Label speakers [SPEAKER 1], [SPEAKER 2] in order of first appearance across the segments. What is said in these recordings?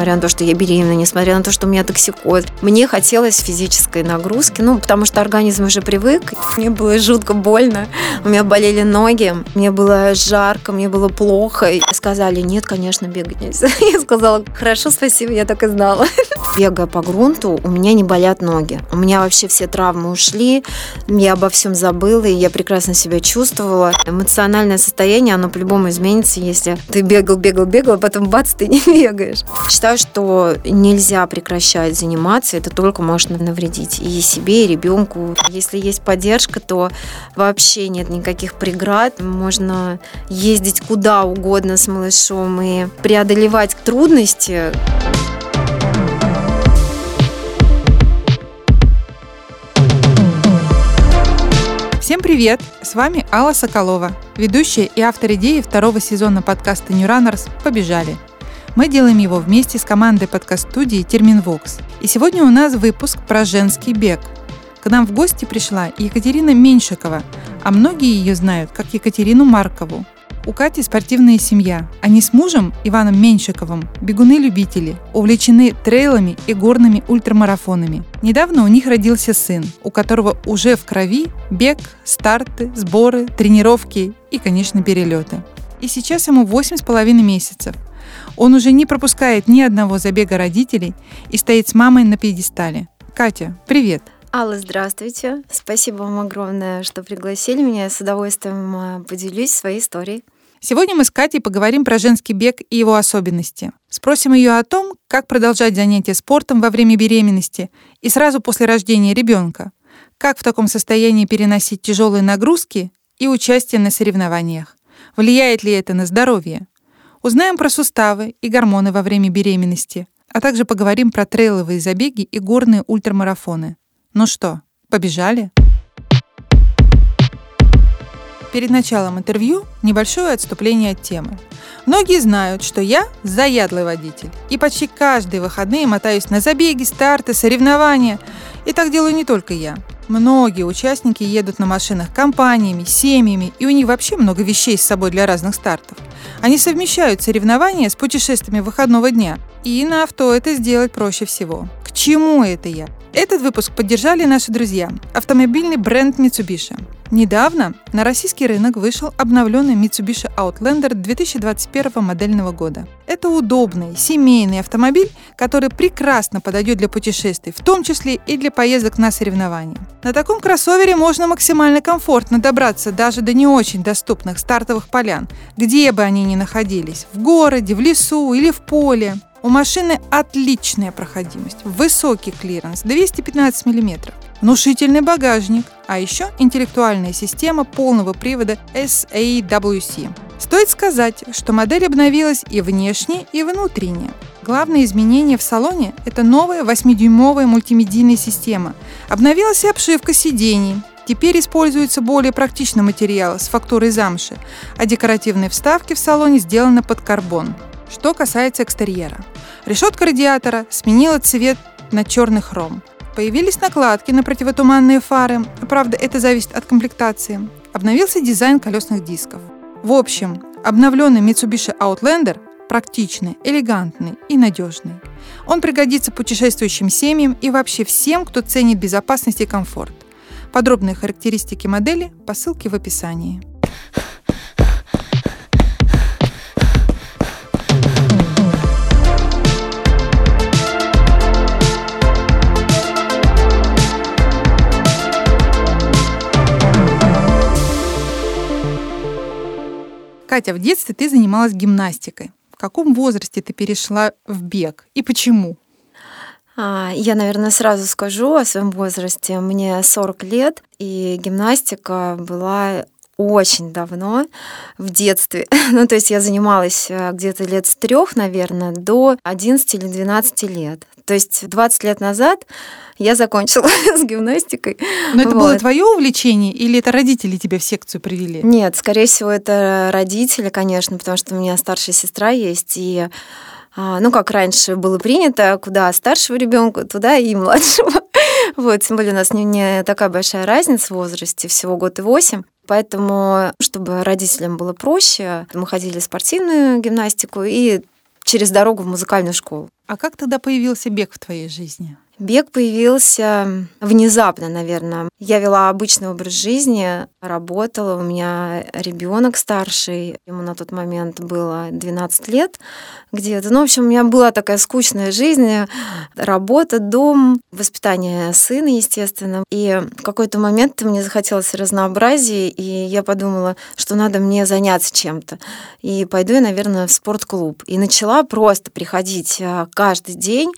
[SPEAKER 1] несмотря на то, что я беременна, несмотря на то, что у меня токсикоз. Мне хотелось физической нагрузки, потому что организм уже привык. Мне было жутко больно, у меня болели ноги, мне было жарко, мне было плохо. И сказали, нет, конечно, бегать нельзя. Я сказала, хорошо, спасибо, я так и знала. Бегая по грунту, у меня не болят ноги. У меня вообще все травмы ушли, я обо всем забыла, и я прекрасно себя чувствовала. Эмоциональное состояние, оно по-любому изменится, если ты бегал, а потом бац, ты не бегаешь. Считаю, что нельзя прекращать заниматься, это только может навредить и себе, и ребенку. Если есть поддержка, то вообще нет никаких преград. Можно ездить куда угодно с малышом и преодолевать трудности.
[SPEAKER 2] Всем привет! С вами Алла Соколова, ведущая и автор идеи второго сезона подкаста New Runners «Побежали». Мы делаем его вместе с командой подкаст-студии Терминвокс. И сегодня у нас выпуск про женский бег. К нам в гости пришла Екатерина Меньшикова, а многие ее знают как Екатерину Маркову. У Кати спортивная семья. Они с мужем Иваном Меньшиковым бегуны-любители, увлечены трейлами и горными ультрамарафонами. Недавно у них родился сын, у которого уже в крови бег, старты, сборы, тренировки и, конечно, перелеты. И сейчас ему 8,5 месяцев. Он уже не пропускает ни одного забега родителей и стоит с мамой на пьедестале. Катя, привет!
[SPEAKER 1] Алла, здравствуйте. Спасибо вам огромное, что пригласили меня. Я с удовольствием поделюсь своей историей.
[SPEAKER 2] Сегодня мы с Катей поговорим про женский бег и его особенности. Спросим ее о том, как продолжать занятия спортом во время беременности и сразу после рождения ребенка, как в таком состоянии переносить тяжелые нагрузки и участие на соревнованиях, влияет ли это на здоровье. Узнаем про суставы и гормоны во время беременности, а также поговорим про трейловые забеги и горные ультрамарафоны. Ну что, побежали? Перед началом интервью небольшое отступление от темы. Многие знают, что я заядлый водитель, и почти каждые выходные мотаюсь на забеги, старты, соревнования. И так делаю не только я. Многие участники едут на машинах компаниями, семьями, и у них вообще много вещей с собой для разных стартов. Они совмещают соревнования с путешествиями выходного дня, и на авто это сделать проще всего. К чему это я? Этот выпуск поддержали наши друзья – автомобильный бренд Mitsubishi. Недавно на российский рынок вышел обновленный Mitsubishi Outlander 2021 модельного года. Это удобный, семейный автомобиль, который прекрасно подойдет для путешествий, в том числе и для поездок на соревнования. На таком кроссовере можно максимально комфортно добраться даже до не очень доступных стартовых полян, где бы они ни находились – в городе, в лесу или в поле. У машины отличная проходимость, высокий клиренс 215 мм, внушительный багажник, а еще интеллектуальная система полного привода SAWC. Стоит сказать, что модель обновилась и внешне, и внутренне. Главное изменение в салоне – это новая 8-дюймовая мультимедийная система. Обновилась и обшивка сидений. Теперь используется более практичный материал с фактурой замши, а декоративные вставки в салоне сделаны под карбон. Что касается экстерьера. Решетка радиатора сменила цвет на черный хром. Появились накладки на противотуманные фары. Правда, это зависит от комплектации. Обновился дизайн колесных дисков. В общем, обновленный Mitsubishi Outlander практичный, элегантный и надежный. Он пригодится путешествующим семьям и вообще всем, кто ценит безопасность и комфорт. Подробные характеристики модели по ссылке в описании. Катя, в детстве ты занималась гимнастикой. В каком возрасте ты перешла в бег и почему?
[SPEAKER 1] Я, наверное, сразу скажу о своем возрасте. Мне 40 лет, и гимнастика была очень давно, в детстве. То есть я занималась где-то лет с 3, наверное, до 11 или 12 лет. То есть 20 лет назад я закончила с гимнастикой.
[SPEAKER 2] Но это было твое увлечение или это родители тебя в секцию привели?
[SPEAKER 1] Нет, скорее всего, это родители, конечно, потому что у меня старшая сестра есть, и как раньше было принято, куда старшего ребенка, туда и младшего. Тем более у нас не такая большая разница в возрасте, всего 1 и 8 год. Поэтому, чтобы родителям было проще, мы ходили в спортивную гимнастику и через дорогу в музыкальную школу.
[SPEAKER 2] А как тогда появился бег в твоей жизни?
[SPEAKER 1] Бег появился внезапно, наверное. Я вела обычный образ жизни, работала, у меня ребенок старший, ему на тот момент было 12 лет где-то. В общем, у меня была такая скучная жизнь, работа, дом, воспитание сына, естественно. И в какой-то момент мне захотелось разнообразия, и я подумала, что надо мне заняться чем-то. И пойду я, наверное, в спортклуб. И начала просто приходить каждый день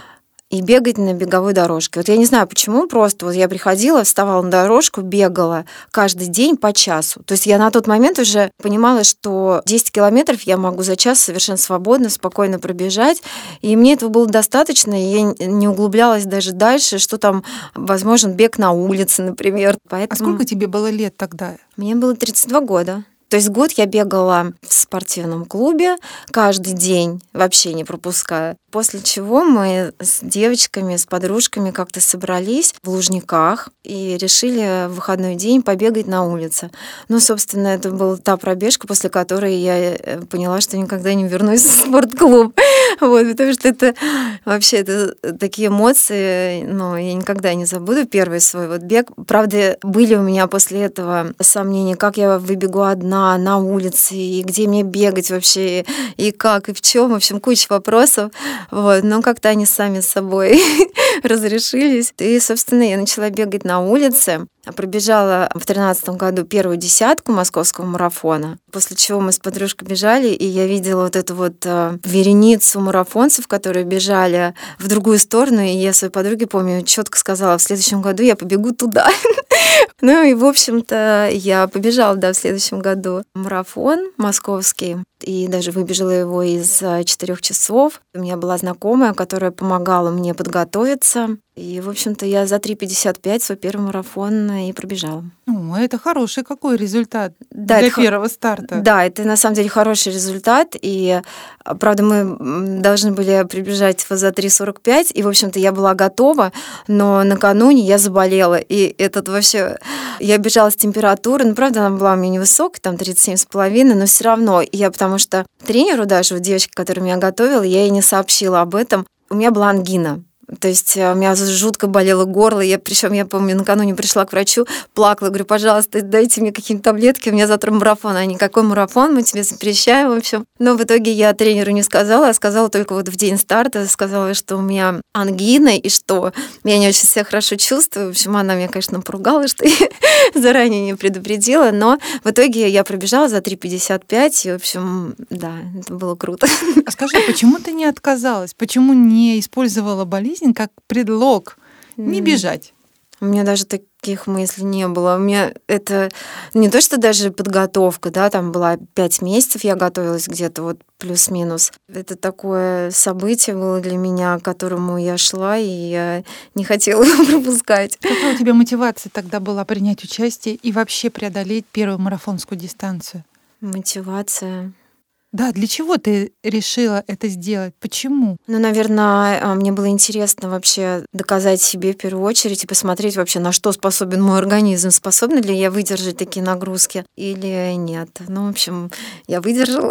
[SPEAKER 1] и бегать на беговой дорожке. Я не знаю почему, просто я приходила, вставала на дорожку, бегала каждый день по часу. То есть я на тот момент уже понимала, что 10 километров я могу за час совершенно свободно, спокойно пробежать. И мне этого было достаточно, и я не углублялась даже дальше, что там возможен бег на улице, например.
[SPEAKER 2] А сколько тебе было лет тогда?
[SPEAKER 1] Мне было 32 года. То есть год я бегала в спортивном клубе каждый день, вообще не пропуская. После чего мы с девочками, с подружками как-то собрались в Лужниках и решили в выходной день побегать на улице. Собственно, это была та пробежка, после которой я поняла, что никогда не вернусь в спортклуб. Потому что это вообще такие эмоции, я никогда не забуду первый свой бег. Правда, были у меня после этого сомнения, как я выбегу одна на улице, и где мне бегать вообще, и как, и в чем, в общем, куча вопросов. Но как-то они сами с собой разрешились. И, собственно, я начала бегать на улице. Пробежала в 2013 году первую десятку московского марафона, после чего мы с подружкой бежали, и я видела эту вереницу марафонцев, которые бежали в другую сторону, и я своей подруге, помню, четко сказала, в следующем году я побегу туда. И, в общем-то, я побежала, в следующем году марафон московский, и даже выбежала его из 4 часов. У меня была знакомая, которая помогала мне подготовиться. И, в общем-то, я за 3:55 свой первый марафон и пробежала.
[SPEAKER 2] Это хороший какой результат для первого старта.
[SPEAKER 1] Да, это на самом деле хороший результат. И, правда, мы должны были прибежать за 3:45, и, в общем-то, я была готова, но накануне я заболела. И вообще... Я бежала с температурой, правда, она была у меня невысокая, там 37,5, но все равно. Потому что тренеру даже, девочке, которая меня готовила, я ей не сообщила об этом. У меня была ангина. То есть у меня жутко болело горло. Причем я помню, накануне пришла к врачу, плакала, говорю, пожалуйста, дайте мне какие-нибудь таблетки, у меня завтра марафон. А никакой марафон, мы тебе запрещаем, в общем. Но в итоге я тренеру не сказала, а сказала только в день старта, сказала, что у меня ангина, и что я не очень себя хорошо чувствую. В общем, она меня, конечно, поругала, что я заранее не предупредила, но в итоге я пробежала за 3:55, и, в общем, да, это было круто.
[SPEAKER 2] А скажи, почему ты не отказалась? Почему не использовала болезнь как предлог не бежать?
[SPEAKER 1] У меня даже таких мыслей не было. У меня это не то, что даже подготовка, там была 5 месяцев, я готовилась где-то плюс-минус. Это такое событие было для меня, к которому я шла, и я не хотела его пропускать.
[SPEAKER 2] Какая у тебя мотивация тогда была принять участие и вообще преодолеть первую марафонскую дистанцию?
[SPEAKER 1] Мотивация...
[SPEAKER 2] Да, для чего ты решила это сделать? Почему?
[SPEAKER 1] Наверное, мне было интересно вообще доказать себе в первую очередь и посмотреть вообще, на что способен мой организм. Способна ли я выдержать такие нагрузки или нет. В общем, я выдержала.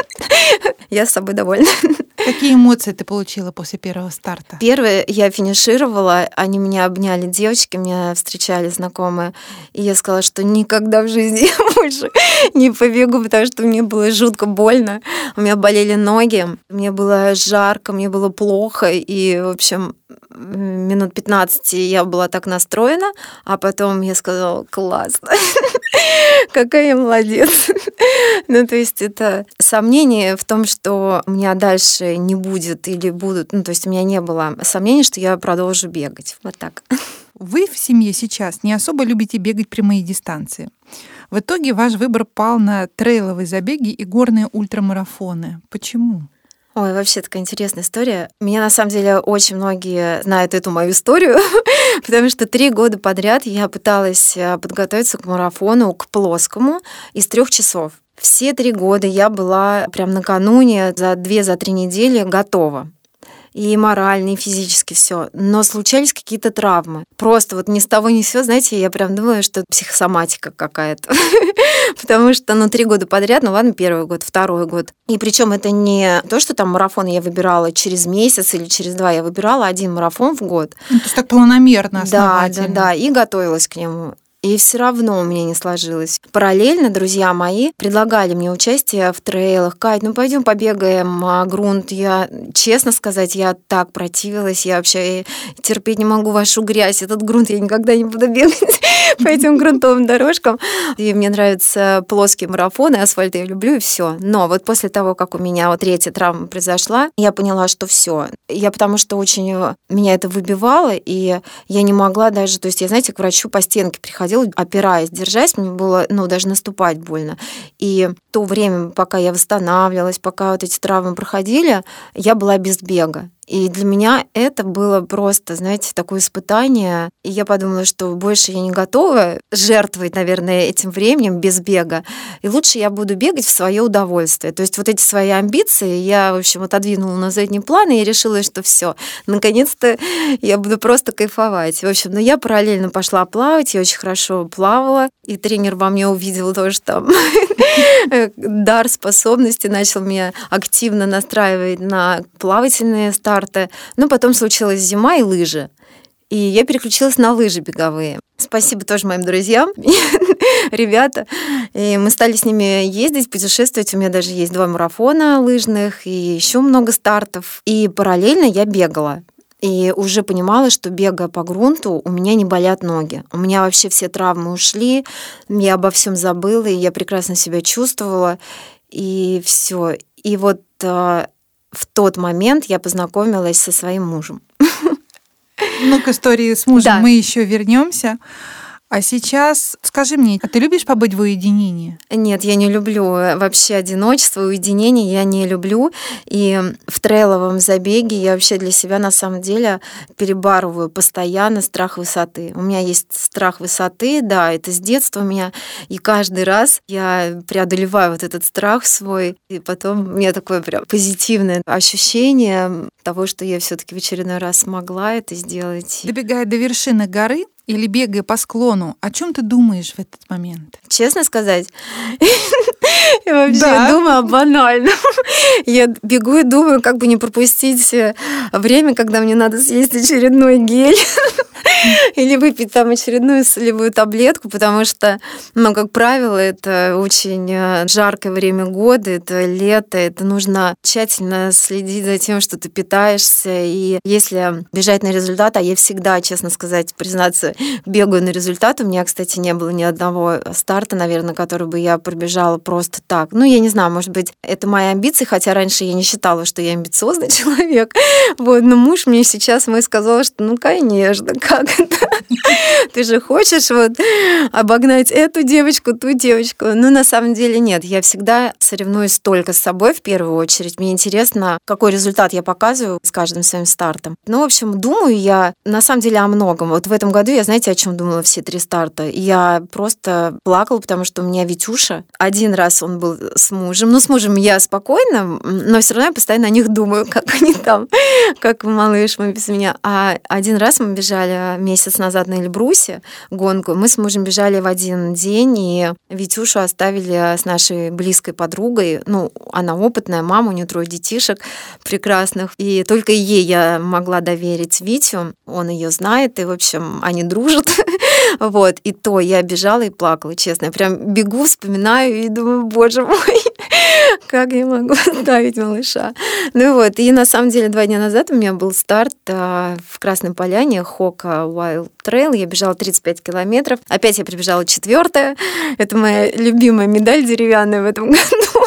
[SPEAKER 1] Я с собой довольна.
[SPEAKER 2] Какие эмоции ты получила после первого старта?
[SPEAKER 1] Первое, я финишировала, они меня обняли, девочки, меня встречали знакомые, и я сказала, что никогда в жизни я больше не побегу, потому что мне было жутко больно, у меня болели ноги, мне было жарко, мне было плохо, и, в общем, минут 15 я была так настроена, а потом я сказала, классно, какая я молодец. То есть это сомнение в том, что у меня дальше не будет или будут, то есть у меня не было сомнений, что я продолжу бегать. Вот так.
[SPEAKER 2] Вы в семье сейчас не особо любите бегать прямые дистанции. В итоге ваш выбор пал на трейловые забеги и горные ультрамарафоны. Почему?
[SPEAKER 1] Ой, вообще такая интересная история. Меня, на самом деле, очень многие знают эту мою историю, потому что 3 года подряд я пыталась подготовиться к марафону, к плоскому, из 3 часов. Все 3 года я была прям накануне, за 2-3 недели готова. и морально, и физически все. Но случались какие-то травмы. Просто вот ни с того ни с сего, знаете, я прям думаю, что это психосоматика какая-то. Потому что, 3 года подряд, ладно, первый год, второй год. И причем это не то, что там марафон я выбирала через месяц или через 2, я выбирала 1 марафон в год.
[SPEAKER 2] То есть так планомерно, основательно.
[SPEAKER 1] Да, и готовилась к нему. И все равно у меня не сложилось. Параллельно друзья мои предлагали мне участие в трейлах. Кать, пойдем побегаем грунт. Я, честно сказать, я так противилась. Я вообще терпеть не могу вашу грязь. Этот грунт я никогда не буду бегать по этим грунтовым дорожкам. И мне нравятся плоские марафоны, асфальт я люблю, и все. Но вот после того, как у меня 3-я травма произошла, я поняла, что все. Я потому что очень меня это выбивало, и я не могла даже... То есть я, знаете, к врачу по стенке приходила, опираясь, держась, мне было, даже наступать больно. И то время, пока я восстанавливалась, пока вот эти травмы проходили, я была без бега. И для меня это было просто, знаете, такое испытание. И я подумала, что больше я не готова жертвовать, наверное, этим временем без бега. И лучше я буду бегать в свое удовольствие. То есть вот эти свои амбиции я, в общем, отодвинула на задний план и решила, что все, наконец-то я буду просто кайфовать. В общем, я параллельно пошла плавать, я очень хорошо плавала. И тренер во мне увидел тоже там дар, способности, начал меня активно настраивать на плавательные старты. Но потом случилась зима и лыжи. И я переключилась на лыжи беговые. Спасибо тоже моим друзьям, ребята. И мы стали с ними ездить, путешествовать. У меня даже есть 2 марафона лыжных и еще много стартов. И параллельно я бегала. И уже понимала, что, бегая по грунту, у меня не болят ноги. У меня вообще все травмы ушли, я обо всем забыла, и я прекрасно себя чувствовала. И все. И вот в тот момент я познакомилась со своим мужем.
[SPEAKER 2] К истории с мужем мы еще вернемся. А сейчас скажи мне, а ты любишь побыть в уединении?
[SPEAKER 1] Нет, я не люблю вообще одиночество, уединение я не люблю. И в трейловом забеге я вообще для себя на самом деле перебарываю постоянно страх высоты. У меня есть страх высоты, да, это с детства у меня. И каждый раз я преодолеваю вот этот страх свой. И потом у меня такое прям позитивное ощущение того, что я все-таки в очередной раз смогла это сделать.
[SPEAKER 2] Добегая до вершины горы, или бегая по склону, о чем ты думаешь в этот момент?
[SPEAKER 1] Честно сказать, я вообще думаю о банальном. Я бегу и думаю, как бы не пропустить время, когда мне надо съесть очередной гель или выпить там очередную солевую таблетку, потому что, как правило, это очень жаркое время года, это лето, это нужно тщательно следить за тем, что ты питаешься, и если бежать на результат, а я всегда, честно сказать, признаться, бегаю на результат. У меня, кстати, не было ни одного старта, наверное, который бы я пробежала просто так. Я не знаю, может быть, это мои амбиции, хотя раньше я не считала, что я амбициозный человек. Но муж мне сейчас сказал, что конечно, как это? Ты же хочешь обогнать эту девочку, ту девочку. На самом деле нет. Я всегда соревнуюсь только с собой в первую очередь. Мне интересно, какой результат я показываю с каждым своим стартом. В общем, думаю я на самом деле о многом. Вот в этом году я, знаете, о чем думала все 3 старта? Я просто плакала, потому что у меня Витюша. 1 раз он был с мужем. С мужем я спокойна, но все равно я постоянно о них думаю, как они там, как малыш мой без меня. А 1 раз мы бежали месяц назад на Эльбрусе гонку. Мы с мужем бежали в 1 день, и Витюшу оставили с нашей близкой подругой. Она опытная мама, у нее 3 детишек прекрасных. И только ей я могла доверить Витю. Он ее знает, и, в общем, они дружат. И то я бежала и плакала, честно. Я прям бегу, вспоминаю и думаю, боже мой, как я могу оставить малыша. И на самом деле 2 дня назад у меня был старт в Красной Поляне, Hoka Wild Trail. Я бежала 35 километров. Опять я прибежала 4-я. Это моя любимая медаль деревянная в этом году.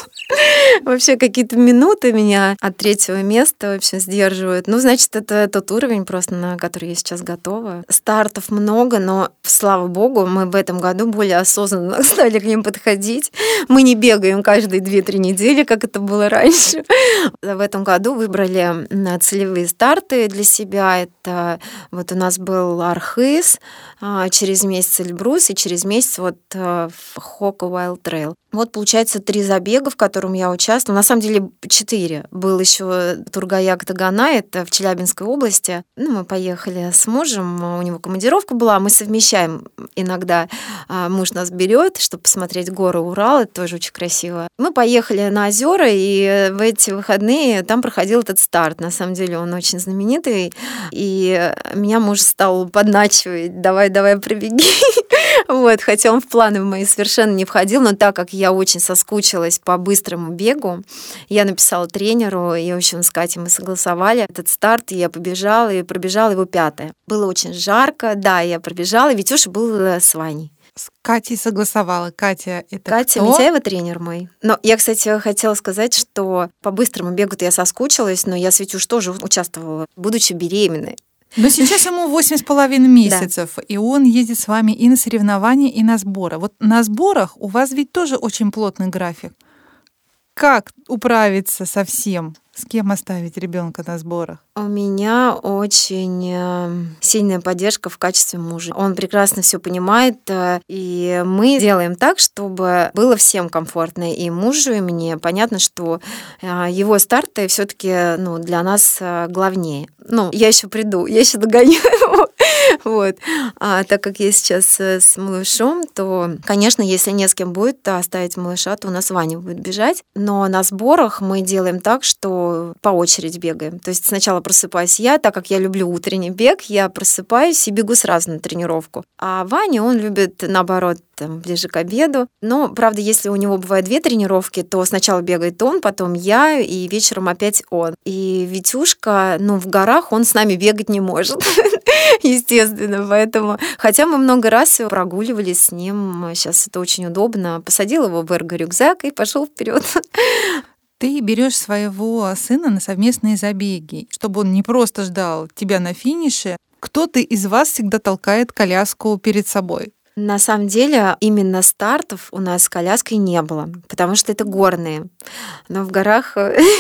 [SPEAKER 1] Вообще какие-то минуты меня от 3-го места вообще сдерживают. Значит, это тот уровень просто, на который я сейчас готова. Стартов много, но, слава богу, мы в этом году более осознанно стали к ним подходить. Мы не бегаем каждые 2-3 недели, как это было раньше. В этом году выбрали целевые старты для себя. Это у нас был Архыз, через месяц Эльбрус и через месяц Hoka Wild Trail. Получается 3 забега, в котором я участвовала. На самом деле 4. Был еще Тургаяк-Тагана, это в Челябинской области. Мы поехали с мужем, у него командировка была, мы совмещаем иногда. Муж нас берет, чтобы посмотреть горы Урал, это тоже очень красиво. Мы поехали на озера, и в эти выходные там проходил этот старт. На самом деле он очень знаменитый, и меня муж стал подначивать: давай, пробеги. Вот, хотя он в планы мои совершенно не входил, но так как я очень соскучилась по быстрому бегу, я написала тренеру, и, в общем, с Катей мы согласовали этот старт, и я побежала, и пробежала его 5-е. Было очень жарко, да, я пробежала, и Витюша был с Ваней.
[SPEAKER 2] С Катей согласовала. Катя — это
[SPEAKER 1] Катя
[SPEAKER 2] кто?
[SPEAKER 1] Митяева, тренер мой. Но я, кстати, хотела сказать, что по быстрому бегу-то я соскучилась, но я с Витюш тоже участвовала, будучи беременной.
[SPEAKER 2] Но сейчас ему 8,5 месяцев, и он ездит с вами и на соревнования, и на сборы. Вот на сборах у вас ведь тоже очень плотный график. Как управиться со всем? С кем оставить ребенка на сборах?
[SPEAKER 1] У меня очень сильная поддержка в качестве мужа. Он прекрасно все понимает, и мы делаем так, чтобы было всем комфортно, и мужу, и мне. Понятно, что его старты все-таки для нас главнее. Я еще приду, я еще догоню его. Вот. А так как я сейчас с малышом, то, конечно, если не с кем будет оставить малыша, то у нас Ваня будет бежать. Но на сборах мы делаем так, что по очереди бегаем. То есть сначала просыпаюсь я, так как я люблю утренний бег, я просыпаюсь и бегу сразу на тренировку. А Ваня, он любит, наоборот, ближе к обеду. Но, правда, если у него бывает 2 тренировки, то сначала бегает он, потом я, и вечером опять он. И Витюшка, в горах он с нами бегать не может. Естественно, поэтому... Хотя мы много раз прогуливались с ним, сейчас это очень удобно. Посадил его в эрго-рюкзак и пошел вперед.
[SPEAKER 2] Ты берешь своего сына на совместные забеги, чтобы он не просто ждал тебя на финише. Кто-то из вас всегда толкает коляску перед собой.
[SPEAKER 1] На самом деле, именно стартов у нас с коляской не было, потому что это горные. Но в горах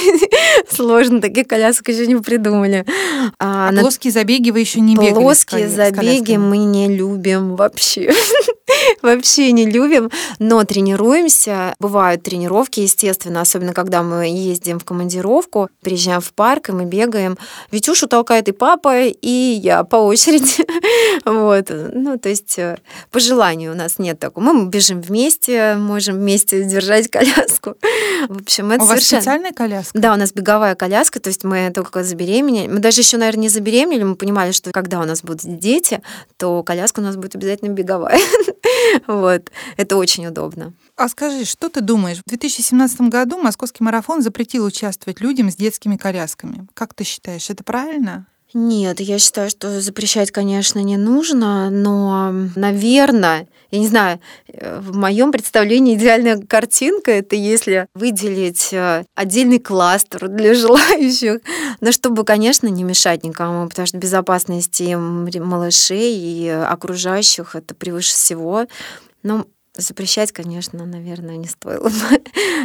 [SPEAKER 1] сложно, таких колясок еще не придумали.
[SPEAKER 2] Плоские забеги вы еще не бегали?
[SPEAKER 1] Плоские забеги мы не любим вообще. Вообще не любим, но тренируемся. Бывают тренировки, естественно, особенно когда мы ездим в командировку, приезжаем в парк, и мы бегаем. Витюшу толкает и папа, и я по очереди. Вот. То есть по желанию у нас нет такого. Мы бежим вместе, можем вместе держать коляску. В общем, это
[SPEAKER 2] у вас специальная коляска?
[SPEAKER 1] Да, у нас беговая коляска, то есть мы только забеременели. Мы даже еще, наверное, не забеременели, мы понимали, что когда у нас будут дети, то коляска у нас будет обязательно беговая. Вот. Это очень удобно.
[SPEAKER 2] А скажи, что ты думаешь? В 2017 году Московский марафон запретил участвовать людям с детскими колясками. Как ты считаешь, это правильно?
[SPEAKER 1] Нет, я считаю, что запрещать, конечно, не нужно, но, наверное, я не знаю, в моем представлении идеальная картинка — это если выделить отдельный кластер для желающих, но чтобы, конечно, не мешать никому, потому что безопасность и малышей, и окружающих — это превыше всего. Но запрещать, конечно, наверное, не стоило бы.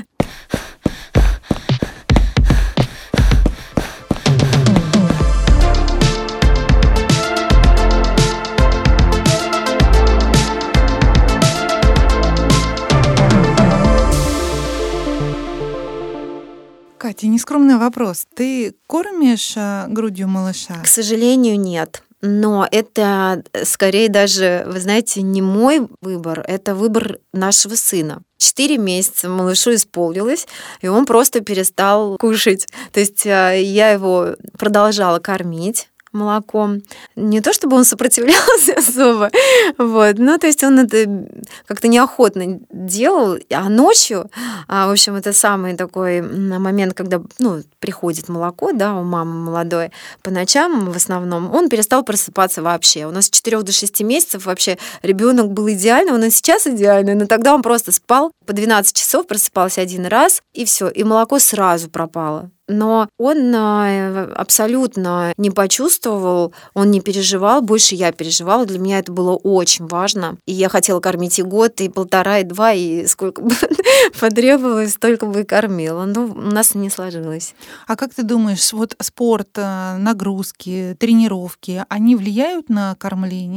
[SPEAKER 2] Катя, нескромный вопрос. Ты кормишь грудью малыша?
[SPEAKER 1] К сожалению, нет. Но это скорее даже, вы знаете, не мой выбор, это выбор нашего сына. 4 месяца малышу исполнилось, и он просто перестал кушать. То есть я его продолжала кормить молоком. Не то чтобы он сопротивлялся особо, вот, то есть он это как-то неохотно делал, а ночью, в общем, это самый такой момент, когда, приходит молоко, да, у мамы молодой, по ночам в основном, он перестал просыпаться вообще. У нас с 4 до 6 месяцев вообще ребенок был идеальный, он и сейчас идеальный, но тогда он просто спал по 12 часов, просыпался 1 раз, и все, и молоко сразу пропало. Но он абсолютно не почувствовал, он не переживал, больше я переживала. Для меня это было очень важно. И я хотела кормить и год, и 1,5, и 2, и сколько бы потребовалось, столько бы и кормила. Но у нас не сложилось.
[SPEAKER 2] А как ты думаешь, вот спорт, нагрузки, тренировки, они влияют на кормление?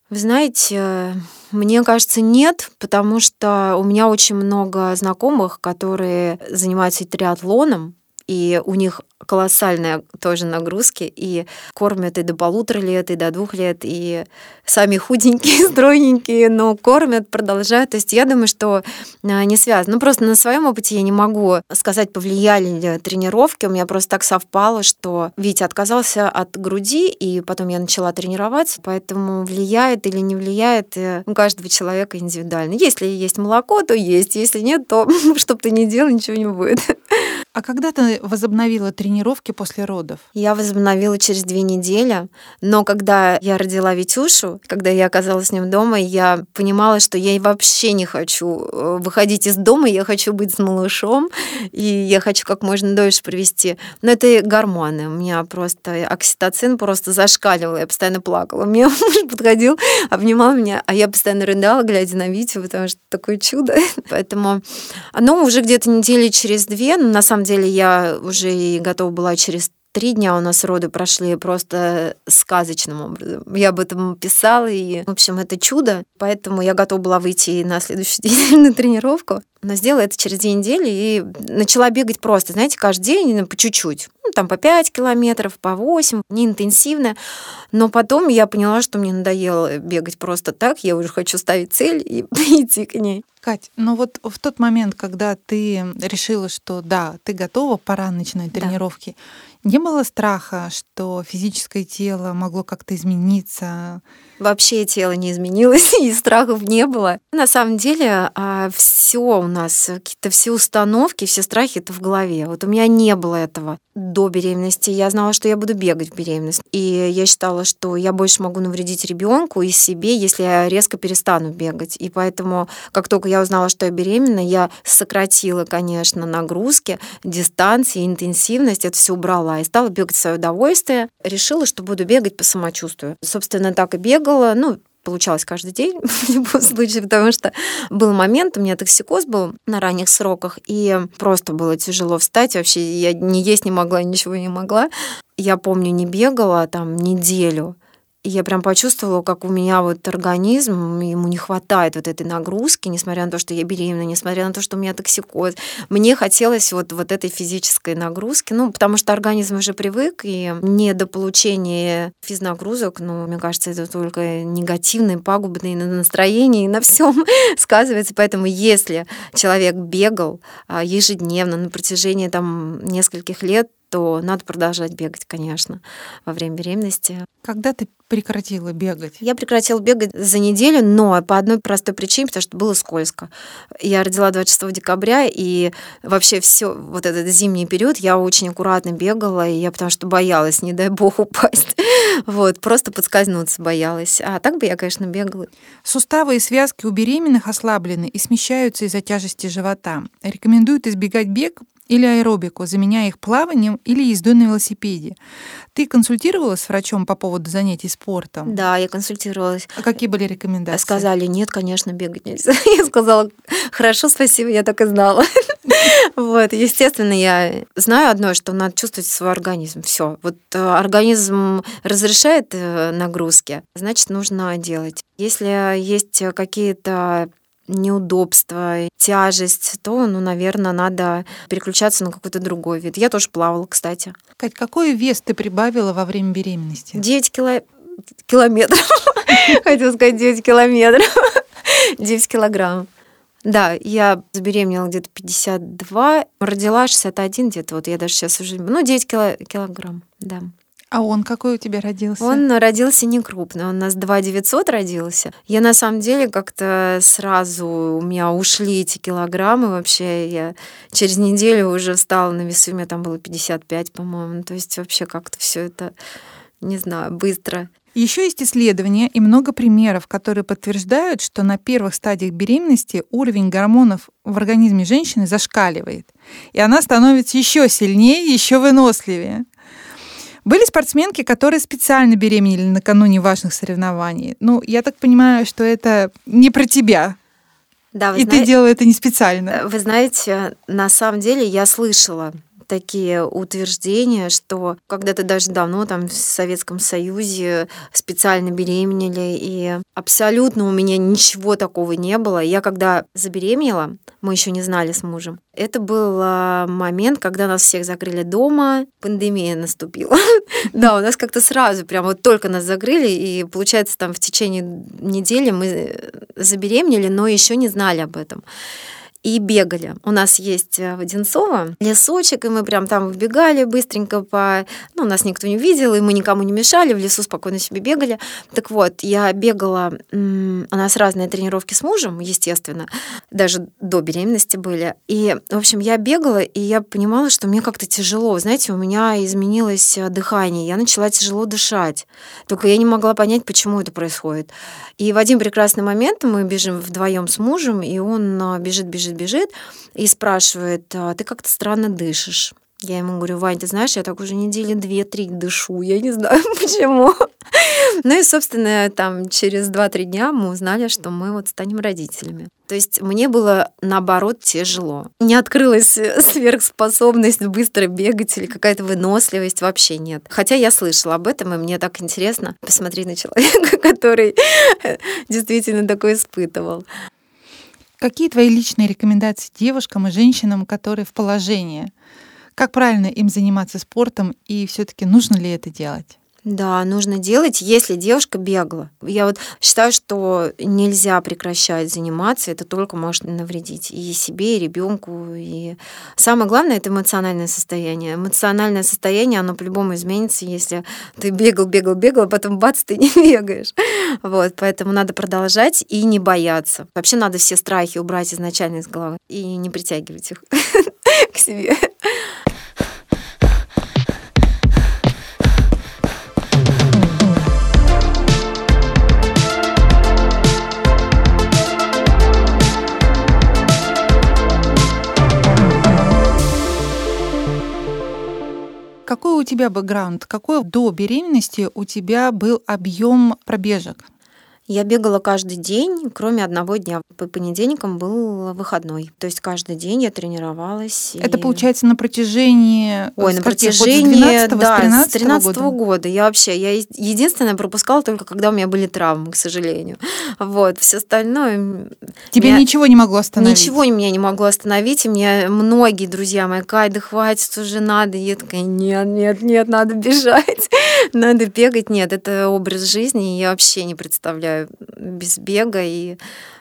[SPEAKER 1] Вы знаете, мне кажется, нет, потому что у меня очень много знакомых, которые занимаются триатлоном, и у них колоссальные тоже нагрузки, и кормят и до 1,5 лет, и до 2 лет, и сами худенькие, стройненькие, но кормят, продолжают. То есть я думаю, что не связано. Просто на своем опыте я не могу сказать, повлияли ли тренировки. У меня просто так совпало, что Витя отказался от груди, и потом я начала тренироваться, поэтому влияет или не влияет у каждого человека индивидуально. Если есть молоко, то есть. Если нет, то что бы ты ни делал, ничего не будет.
[SPEAKER 2] А когда ты возобновила тренировки после родов?
[SPEAKER 1] Я возобновила через 2 недели, но когда я родила Витюшу, когда я оказалась с ним дома, я понимала, что я вообще не хочу выходить из дома, я хочу быть с малышом, и я хочу как можно дольше провести. Но это гормоны. У меня просто окситоцин просто зашкаливал, я постоянно плакала. Мне муж подходил, обнимал меня, а я постоянно рыдала, глядя на Витю, потому что такое чудо. Поэтому оно уже где-то недели через 2, но на самом деле я уже и готова была через 3 дня. У нас роды прошли просто сказочным образом. Я об этом писала, и, в общем, это чудо. Поэтому я готова была выйти на следующий день на тренировку. Но сделала это через 2 недели и начала бегать просто, знаете, каждый день по чуть-чуть. Там по 5 километров, по 8, не интенсивно. Но потом я поняла, что мне надоело бегать просто так. Я уже хочу ставить цель и идти к ней.
[SPEAKER 2] Кать, ну вот в тот момент, когда ты решила, что да, ты готова, пора начинать тренировки, не было страха, что физическое тело могло как-то измениться?
[SPEAKER 1] Вообще тело не изменилось, и страхов не было. На самом деле все у нас, какие-то все установки, все страхи — это в голове. Вот у меня не было этого до беременности. Я знала, что я буду бегать в беременность. И я считала, что я больше могу навредить ребенку и себе, если я резко перестану бегать. И поэтому, как только я узнала, что я беременна, я сократила, конечно, нагрузки, дистанции, интенсивность, это все убрала. И стала бегать в свое удовольствие. Решила, что буду бегать по самочувствию. Собственно, так и бегала. Получалось каждый день в любом случае, потому что был момент, у меня токсикоз был на ранних сроках, и просто было тяжело встать. Вообще я ни есть не могла, ничего не могла. Я помню, не бегала там неделю. И я прям почувствовала, как у меня вот организм, ему не хватает вот этой нагрузки, несмотря на то, что я беременна, несмотря на то, что у меня токсикоз. Мне хотелось вот этой физической нагрузки, потому что организм уже привык, и не до получения физнагрузок, мне кажется, это только негативные, пагубные на настроении и на всем сказывается. Поэтому если человек бегал ежедневно на протяжении нескольких лет, то надо продолжать бегать, конечно, во время беременности.
[SPEAKER 2] Когда ты прекратила бегать?
[SPEAKER 1] Я прекратила бегать за неделю, но по одной простой причине, потому что было скользко. Я родила 26 декабря, и вообще все вот этот зимний период я очень аккуратно бегала, и я потому что боялась, не дай бог, упасть. Просто подскользнуться боялась. А так бы я, конечно, бегала.
[SPEAKER 2] Суставы и связки у беременных ослаблены и смещаются из-за тяжести живота. Рекомендуют избегать бег или аэробику, заменяя их плаванием или ездой на велосипеде. Ты консультировалась с врачом по поводу занятий спортом?
[SPEAKER 1] Да, я консультировалась.
[SPEAKER 2] А какие были рекомендации?
[SPEAKER 1] Сказали, нет, конечно, бегать нельзя. Я сказала, хорошо, спасибо, я так и знала. Естественно, я знаю одно, что надо чувствовать свой организм. Все. Организм разрешает нагрузки, значит, нужно делать. Если есть какие-то неудобства, тяжесть, то, наверное, надо переключаться на какой-то другой вид. Я тоже плавала, кстати.
[SPEAKER 2] Кать, какой вес ты прибавила во время беременности?
[SPEAKER 1] 9 километров. Хотела сказать 9 километров. 9 килограмм. Да, я забеременела где-то 52, родила 61 где-то, я даже сейчас уже... 9 килограмм, да.
[SPEAKER 2] А он какой у тебя родился?
[SPEAKER 1] Он родился не крупный, он у нас 2,900 родился. Я на самом деле как-то сразу у меня ушли эти килограммы вообще. Я через неделю уже встала на весы, у меня там было 55, по-моему. То есть вообще как-то все это, не знаю, быстро.
[SPEAKER 2] Еще есть исследования и много примеров, которые подтверждают, что на первых стадиях беременности уровень гормонов в организме женщины зашкаливает, и она становится еще сильнее, еще выносливее. Были спортсменки, которые специально беременели накануне важных соревнований. Я так понимаю, что это не про тебя.
[SPEAKER 1] Да,
[SPEAKER 2] ты делала это не специально.
[SPEAKER 1] Вы знаете, на самом деле я слышала такие утверждения, что когда-то даже давно там в Советском Союзе специально беременели, и абсолютно у меня ничего такого не было. Я когда забеременела, мы еще не знали с мужем, это был момент, когда нас всех закрыли дома, пандемия наступила. Да, у нас как-то сразу, прям вот только нас закрыли, и получается там в течение недели мы забеременели, но еще не знали об этом. И бегали. У нас есть в Одинцово лесочек, и мы прям там выбегали быстренько нас никто не видел, и мы никому не мешали, в лесу спокойно себе бегали. Так вот, я бегала, у нас разные тренировки с мужем, естественно, даже до беременности были. И, в общем, я бегала, и я понимала, что мне как-то тяжело. Знаете, у меня изменилось дыхание, я начала тяжело дышать. Только я не могла понять, почему это происходит. И в один прекрасный момент мы бежим вдвоем с мужем, и он бежит и спрашивает: ты как-то странно дышишь. Я ему говорю: Вань, ты знаешь, я так уже недели 2-3 дышу, я не знаю почему. Ну и, собственно, там через 2-3 дня мы узнали, что мы вот станем родителями. То есть мне было, наоборот, тяжело. Не открылась сверхспособность быстро бегать или какая-то выносливость, вообще нет. Хотя я слышала об этом, и мне так интересно посмотреть на человека, который действительно такое испытывал.
[SPEAKER 2] Какие твои личные рекомендации девушкам и женщинам, которые в положении? Как правильно им заниматься спортом, и все-таки нужно ли это делать?
[SPEAKER 1] Да, нужно делать, если девушка бегала. Я вот считаю, что нельзя прекращать заниматься, это только может навредить и себе, и ребенку. И самое главное — это эмоциональное состояние. Эмоциональное состояние, оно по-любому изменится, если ты бегал, а потом бац, ты не бегаешь. Вот, поэтому надо продолжать и не бояться. Вообще надо все страхи убрать изначально из головы и не притягивать их к себе.
[SPEAKER 2] Какой у тебя бэкграунд? Какой до беременности у тебя был объем пробежек?
[SPEAKER 1] Я бегала каждый день, кроме одного дня. По понедельникам был выходной. То есть каждый день я тренировалась.
[SPEAKER 2] Это получается на протяжении...
[SPEAKER 1] На протяжении, с 13 года. Я единственное пропускала только, когда у меня были травмы, к сожалению. Вот, все остальное...
[SPEAKER 2] Тебя ничего не могло остановить?
[SPEAKER 1] Ничего меня не могло остановить. И мне многие друзья мои: Кать, да хватит уже, надо. И я такая: нет, надо бежать, надо бегать. Нет, это образ жизни, и я вообще не представляю без бега, и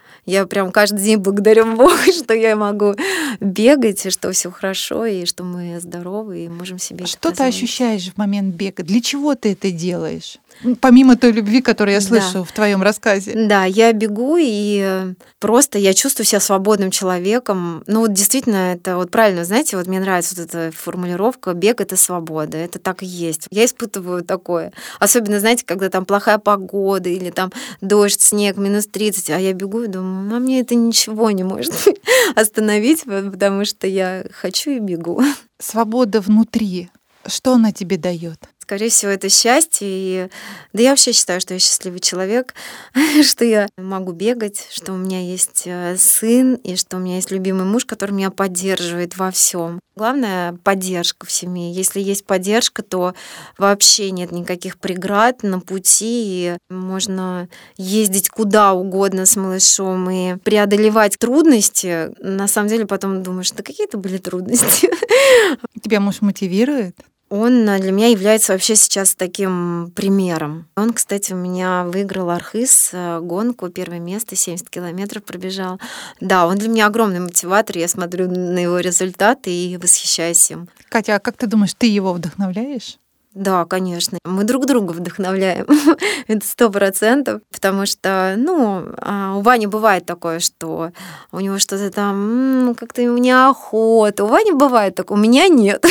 [SPEAKER 1] я прям каждый день благодарю Бога, что я могу бегать, и что все хорошо, и что мы здоровы, и можем себе
[SPEAKER 2] Что ты ощущаешь в момент бега? Для чего ты это делаешь? Помимо той любви, которую я слышу в твоем рассказе.
[SPEAKER 1] Да, я бегу, и просто я чувствую себя свободным человеком. Ну вот действительно, это вот правильно, знаете, вот мне нравится вот эта формулировка: бег — это свобода. Это так и есть. Я испытываю такое. Особенно, знаете, когда там плохая погода, или там дождь, снег, минус 30, а я бегу и думаю: мне это ничего не может остановить, потому что я хочу и бегу.
[SPEAKER 2] Свобода внутри. Что она тебе дает?
[SPEAKER 1] Скорее всего, это счастье. Да я вообще считаю, что я счастливый человек, что я могу бегать, что у меня есть сын, и что у меня есть любимый муж, который меня поддерживает во всем. Главное — поддержка в семье. Если есть поддержка, то вообще нет никаких преград на пути, и можно ездить куда угодно с малышом и преодолевать трудности. На самом деле потом думаешь: да какие это были трудности.
[SPEAKER 2] Тебя муж мотивирует?
[SPEAKER 1] Он для меня является вообще сейчас таким примером. Он, кстати, у меня выиграл Архыз, гонку, первое место, 70 километров пробежал. Да, он для меня огромный мотиватор. Я смотрю на его результаты и восхищаюсь им.
[SPEAKER 2] Катя, а как ты думаешь, ты его вдохновляешь?
[SPEAKER 1] Да, конечно. Мы друг друга вдохновляем. Это 100%. Потому что, у Вани бывает такое, что у него что-то там, как-то ему неохота. У Вани бывает такое, у меня нет.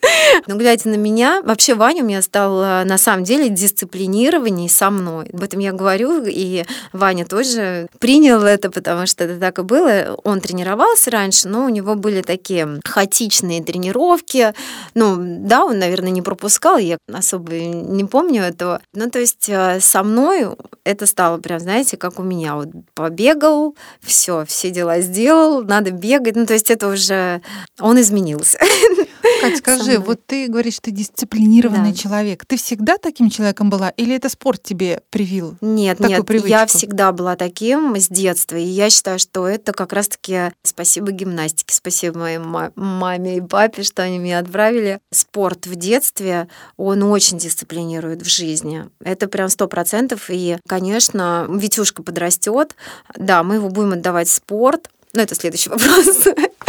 [SPEAKER 1] Но глядя на меня, вообще Ваня у меня стал на самом деле дисциплинированней со мной. Об этом я говорю, и Ваня тоже принял это, потому что это так и было. Он тренировался раньше, но у него были такие хаотичные тренировки. Он, наверное, не пропускал, я особо не помню этого. То есть со мной это стало прям, знаете, как у меня. Вот побегал, все дела сделал, надо бегать. То есть это уже он изменился.
[SPEAKER 2] Кать, скажи, вот ты говоришь, ты дисциплинированный человек. Ты всегда таким человеком была? Или это спорт тебе привил?
[SPEAKER 1] Нет, я всегда была таким с детства. И я считаю, что это как раз-таки спасибо гимнастике, спасибо моей маме и папе, что они меня отправили. Спорт в детстве, он очень дисциплинирует в жизни. Это прям 100%. И, конечно, Витюшка подрастет, да, мы его будем отдавать в спорт. Но это следующий вопрос.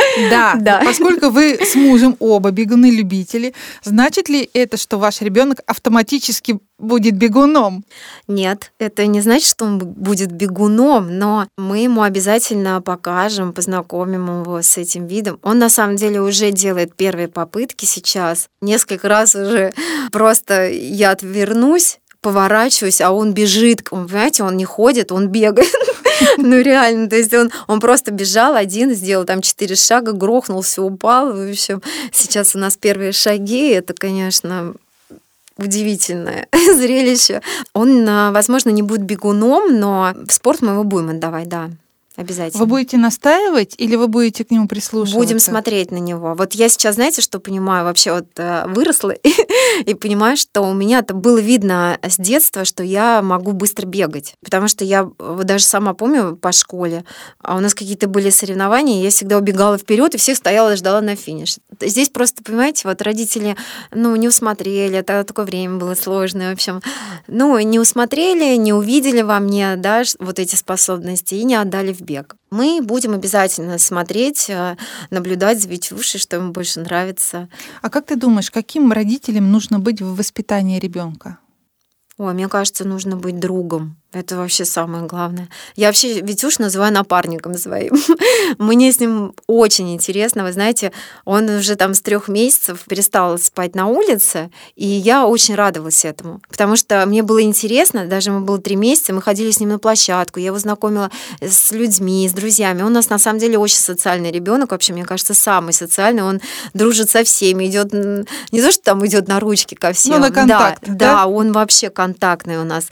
[SPEAKER 2] Да. Поскольку вы с мужем оба бегуны-любители, значит ли это, что ваш ребенок автоматически будет бегуном?
[SPEAKER 1] Нет, это не значит, что он будет бегуном, но мы ему обязательно покажем, познакомим его с этим видом. Он на самом деле уже делает первые попытки сейчас. Несколько раз уже просто я отвернусь, поворачиваюсь, а он бежит. Понимаете, он не ходит, он бегает. Ну, реально, то есть он просто бежал один, сделал там 4 шага, грохнулся, упал. В общем, сейчас у нас первые шаги, это, конечно, удивительное зрелище. Он, возможно, не будет бегуном, но в спорт мы его будем отдавать, да. Обязательно.
[SPEAKER 2] Вы будете настаивать или вы будете к нему прислушиваться?
[SPEAKER 1] Будем смотреть на него. Вот я сейчас, знаете, что понимаю? Вообще вот выросла и понимаю, что у меня это было видно с детства, что я могу быстро бегать. Потому что я вот даже сама помню по школе, а у нас какие-то были соревнования, я всегда убегала вперед и всех стояла и ждала на финиш. Здесь просто, понимаете, вот родители, не усмотрели, это такое время было сложное, в общем. Не усмотрели, не увидели во мне, да, вот эти способности и не отдали в бег. Мы будем обязательно смотреть, наблюдать за Витюшей, что ему больше нравится.
[SPEAKER 2] А как ты думаешь, каким родителям нужно быть в воспитании ребенка?
[SPEAKER 1] Мне кажется, нужно быть другом. Это вообще самое главное. Я вообще Витюш называю напарником своим. Мне с ним очень интересно. Вы знаете, он уже там с 3 месяцев перестал спать на улице, и я очень радовалась этому. Потому что мне было интересно, даже ему было 3 месяца, мы ходили с ним на площадку, я его знакомила с людьми, с друзьями. Он у нас на самом деле очень социальный ребенок, вообще, мне кажется, самый социальный. Он дружит со всеми, идет не то, что там идет на ручки ко всем.
[SPEAKER 2] На контакт.
[SPEAKER 1] Да, он вообще контактный у нас.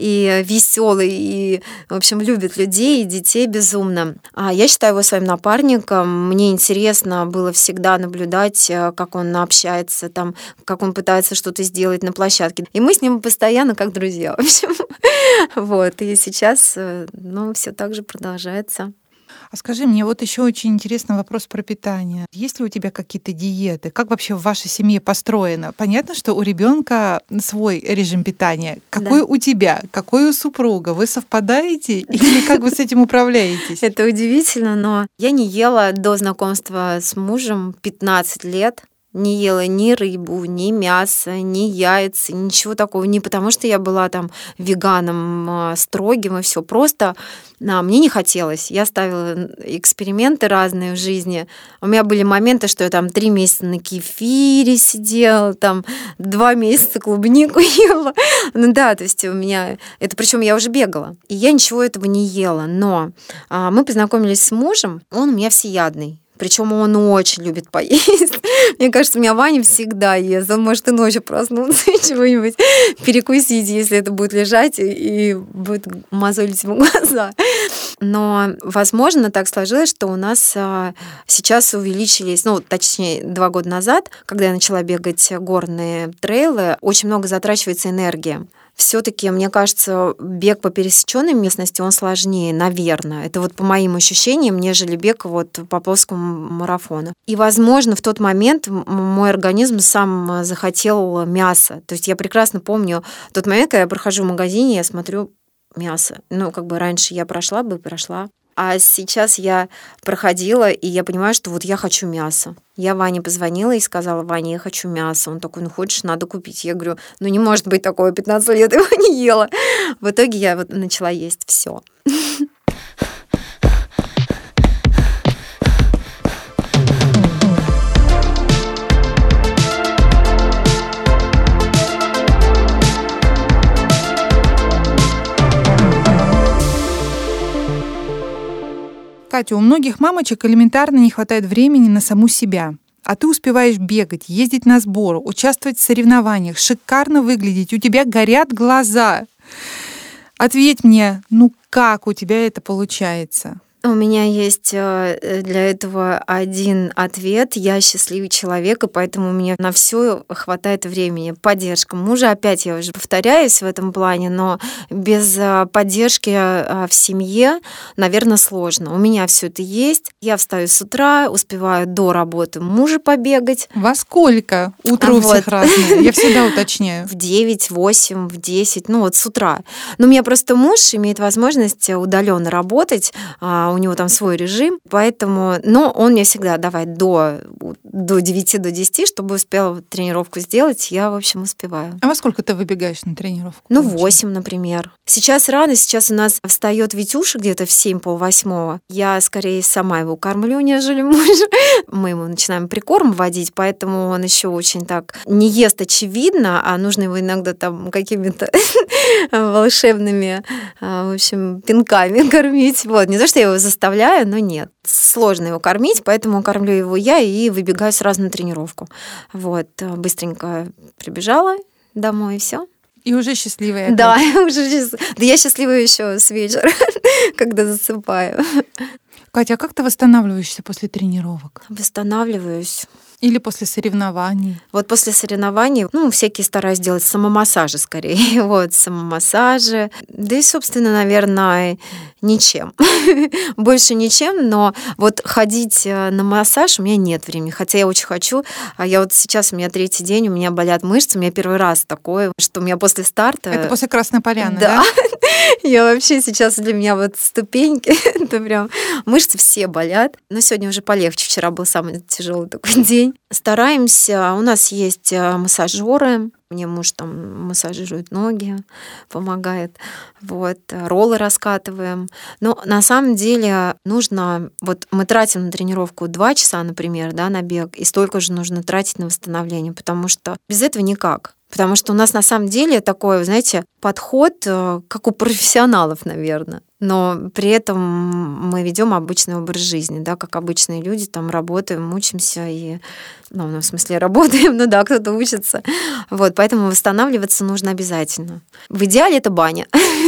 [SPEAKER 1] И веселый, и, в общем, любит людей и детей безумно. Я считаю его своим напарником. Мне интересно было всегда наблюдать, как он общается, там, как он пытается что-то сделать на площадке. И мы с ним постоянно как друзья, в общем. Вот. И сейчас, все так же продолжается.
[SPEAKER 2] А скажи мне, вот еще очень интересный вопрос про питание. Есть ли у тебя какие-то диеты? Как вообще в вашей семье построено? Понятно, что у ребенка свой режим питания. Какой у тебя? Какой у супруга? Вы совпадаете? Или как вы с этим управляетесь?
[SPEAKER 1] Это удивительно, но я не ела до знакомства с мужем 15 лет. Не ела ни рыбу, ни мясо, ни яйца, ничего такого. Не потому, что я была там веганом строгим и все. Просто мне не хотелось. Я ставила эксперименты разные в жизни. У меня были моменты, что я там 3 месяца на кефире сидела, там 2 месяца клубнику ела. То есть у меня... Это причем я уже бегала. И я ничего этого не ела. Но мы познакомились с мужем, он у меня всеядный. Причем он очень любит поесть. Мне кажется, у меня Ваня всегда ест. Он может и ночью проснуться и чего-нибудь перекусить, если это будет лежать и будет мозолить ему глаза. Но, возможно, так сложилось, что у нас сейчас увеличились, точнее, 2 года назад, когда я начала бегать горные трейлы, очень много затрачивается энергия. Все-таки, мне кажется, бег по пересеченной местности, он сложнее, наверное. Это вот по моим ощущениям, нежели бег вот по плоскому марафону. И, возможно, в тот момент мой организм сам захотел мяса. То есть я прекрасно помню тот момент, когда я прохожу в магазине, я смотрю мясо. Раньше я прошла. А сейчас я проходила, и я понимаю, что вот я хочу мяса. Я Ване позвонила и сказала: Ваня, я хочу мясо. Он такой: хочешь, надо купить. Я говорю: не может быть такого, 15 лет его не ела. В итоге я вот начала есть все.
[SPEAKER 2] Катя, у многих мамочек элементарно не хватает времени на саму себя. А ты успеваешь бегать, ездить на сбор, участвовать в соревнованиях, шикарно выглядеть, у тебя горят глаза. Ответь мне, как у тебя это получается?
[SPEAKER 1] У меня есть для этого один ответ. Я счастливый человек, и поэтому у меня на все хватает времени. Поддержка мужа, опять я уже повторяюсь в этом плане, но без поддержки в семье, наверное, сложно. У меня все это есть. Я встаю с утра, успеваю до работы мужа побегать.
[SPEAKER 2] Во сколько? Утро у всех разное. Я всегда уточняю.
[SPEAKER 1] В 9, 8, в 10, с утра. Но у меня просто муж имеет возможность удаленно работать, у него там свой режим, поэтому, но он мне всегда давай до 9, до 10, чтобы успела тренировку сделать, я, в общем, успеваю.
[SPEAKER 2] А во сколько ты выбегаешь на тренировку?
[SPEAKER 1] 8, например. Сейчас рано, сейчас у нас встает Витюша где-то в 7, полвосьмого. Я скорее сама его кормлю, нежели муж. Мы ему начинаем прикорм вводить, поэтому он еще очень так не ест, очевидно, а нужно его иногда там какими-то волшебными, в общем, пинками кормить. Не то, что я его заставляю, но нет. Сложно его кормить, поэтому кормлю его я и выбегаю сразу на тренировку. Быстренько прибежала домой, и все.
[SPEAKER 2] И уже счастливая опять.
[SPEAKER 1] Да, я счастливая еще с вечера, когда засыпаю.
[SPEAKER 2] Катя, а как ты восстанавливаешься после тренировок?
[SPEAKER 1] Восстанавливаюсь.
[SPEAKER 2] Или после соревнований?
[SPEAKER 1] После соревнований, всякие стараюсь делать самомассажи скорее. Самомассажи. Да и, собственно, наверное, ничем. Больше ничем, но ходить на массаж у меня нет времени. Хотя я очень хочу. Сейчас у меня 3-й день, у меня болят мышцы. У меня первый раз такое, что у меня после старта...
[SPEAKER 2] Это после Красной Поляны, да?
[SPEAKER 1] Да. Я вообще сейчас для меня ступеньки, это прям мышцы все болят. Но сегодня уже полегче. Вчера был самый тяжелый такой день. Стараемся. У нас есть массажеры. Мне муж там массажирует ноги, помогает. Роллы раскатываем. Но на самом деле нужно... Мы тратим на тренировку 2 часа, например, на бег, и столько же нужно тратить на восстановление, потому что без этого никак. Потому что у нас на самом деле такой, знаете, подход, как у профессионалов, наверное. Но при этом мы ведем обычный образ жизни, как обычные люди, там работаем, мучимся и, в смысле, работаем, кто-то учится. Поэтому восстанавливаться нужно обязательно. В идеале это баня.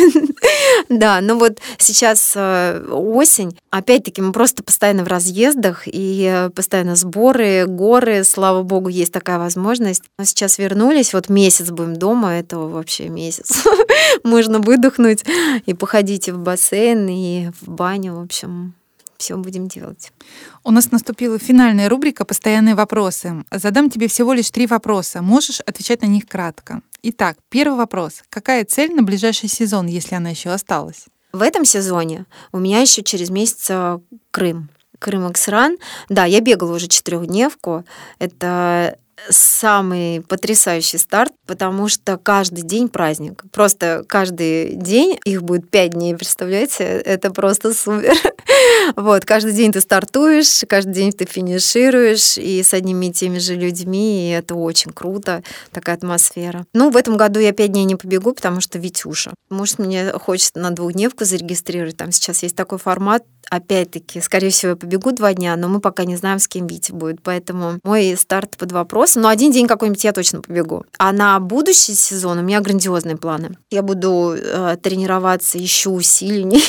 [SPEAKER 1] Да, но сейчас осень, опять-таки мы просто постоянно в разъездах и постоянно сборы, горы, слава богу, есть такая возможность. Но сейчас вернулись, месяц будем дома, это вообще месяц. Можно выдохнуть и походить и в бассейн, и в баню, в общем, все будем делать.
[SPEAKER 2] У нас наступила финальная рубрика «Постоянные вопросы». Задам тебе всего лишь 3 вопроса. Можешь отвечать на них кратко. Итак, первый вопрос. Какая цель на ближайший сезон, если она еще осталась?
[SPEAKER 1] В этом сезоне у меня еще через месяц Крым. Крым-Аксран. Да, я бегала уже 4-дневку. Это самый потрясающий старт, потому что каждый день праздник. Просто каждый день, их будет 5 дней, представляете? Это просто супер. Каждый день ты стартуешь, каждый день ты финишируешь, и с одними и теми же людьми, и это очень круто, такая атмосфера. В этом году я 5 дней не побегу, потому что Витюша. Муж мне хочет на 2-дневку зарегистрировать, там сейчас есть такой формат. Опять-таки, скорее всего, я побегу 2 дня, но мы пока не знаем, с кем Витя будет, поэтому мой старт под вопросом. Но 1 день какой-нибудь я точно побегу. А на будущий сезон у меня грандиозные планы. Я буду тренироваться еще усиленнее.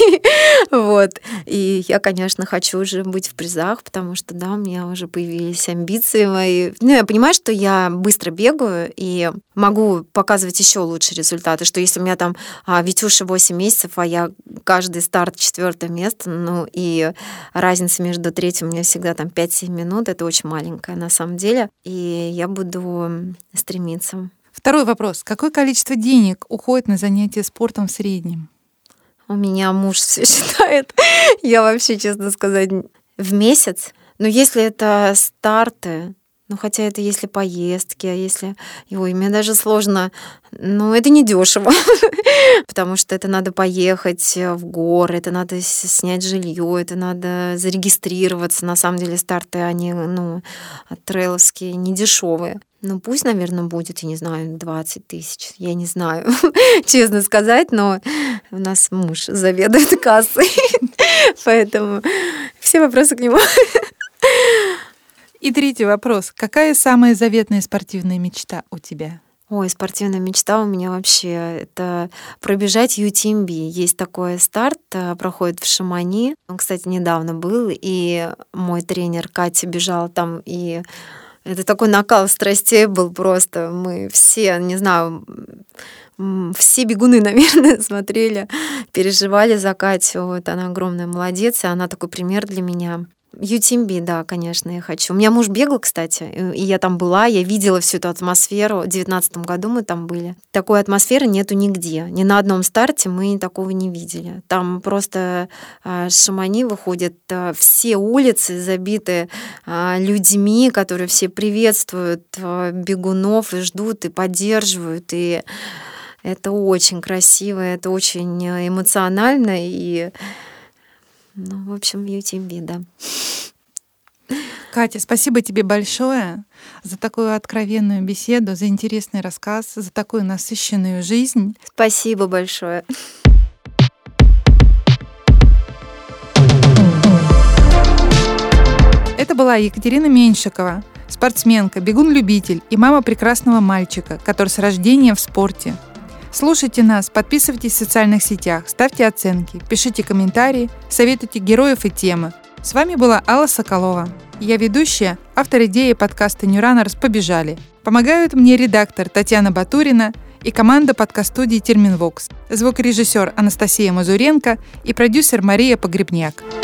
[SPEAKER 1] И я, конечно, хочу уже быть в призах, потому что, да, у меня уже появились амбиции мои. Я понимаю, что я быстро бегаю и могу показывать еще лучшие результаты, что если у меня там Витюша 8 месяцев, а я каждый старт 4 место, и разница между 3-м у меня всегда там 5-7 минут, это очень маленькая на самом деле, и я буду стремиться.
[SPEAKER 2] Второй вопрос. Какое количество денег уходит на занятия спортом в среднем?
[SPEAKER 1] У меня муж все считает. Я вообще, честно сказать, в месяц. Но если это старты, хотя это если поездки, а если... мне даже сложно... это не дешево, потому что это надо поехать в горы, это надо снять жилье, это надо зарегистрироваться. На самом деле старты, они, трейловские, не дешевые. Пусть, наверное, будет, я не знаю, 20 тысяч. Я не знаю, честно сказать, но у нас муж заведует кассой, поэтому все вопросы к нему.
[SPEAKER 2] И 3-й вопрос. Какая самая заветная спортивная мечта у тебя?
[SPEAKER 1] Ой, спортивная мечта у меня вообще это пробежать UTMB. Есть такой старт, проходит в Шамани. Он, кстати, недавно был, и мой тренер Катя бежала там, и это такой накал страстей был просто. Мы все, не знаю, все бегуны, наверное, смотрели, переживали за Катю. Вот она огромная молодец, и она такой пример для меня. UTMB, да, конечно, я хочу. У меня муж бегал, кстати, и я там была, я видела всю эту атмосферу. В 2019 году мы там были. Такой атмосферы нету нигде. Ни на одном старте мы такого не видели. Там просто с Шамани выходят все улицы, забиты людьми, которые все приветствуют бегунов и ждут, и поддерживают. И это очень красиво, это очень эмоционально, и в общем, UTMB, да.
[SPEAKER 2] Катя, спасибо тебе большое за такую откровенную беседу, за интересный рассказ, за такую насыщенную жизнь.
[SPEAKER 1] Спасибо большое.
[SPEAKER 2] Это была Екатерина Меньшикова, спортсменка, бегун-любитель и мама прекрасного мальчика, который с рождения в спорте. Слушайте нас, подписывайтесь в социальных сетях, ставьте оценки, пишите комментарии, советуйте героев и темы. С вами была Алла Соколова. Я ведущая, автор идеи подкаста New Runners «Побежали». Помогают мне редактор Татьяна Батурина и команда подкаст-студии «Терминвокс», звукорежиссер Анастасия Мазуренко и продюсер Мария Погребняк.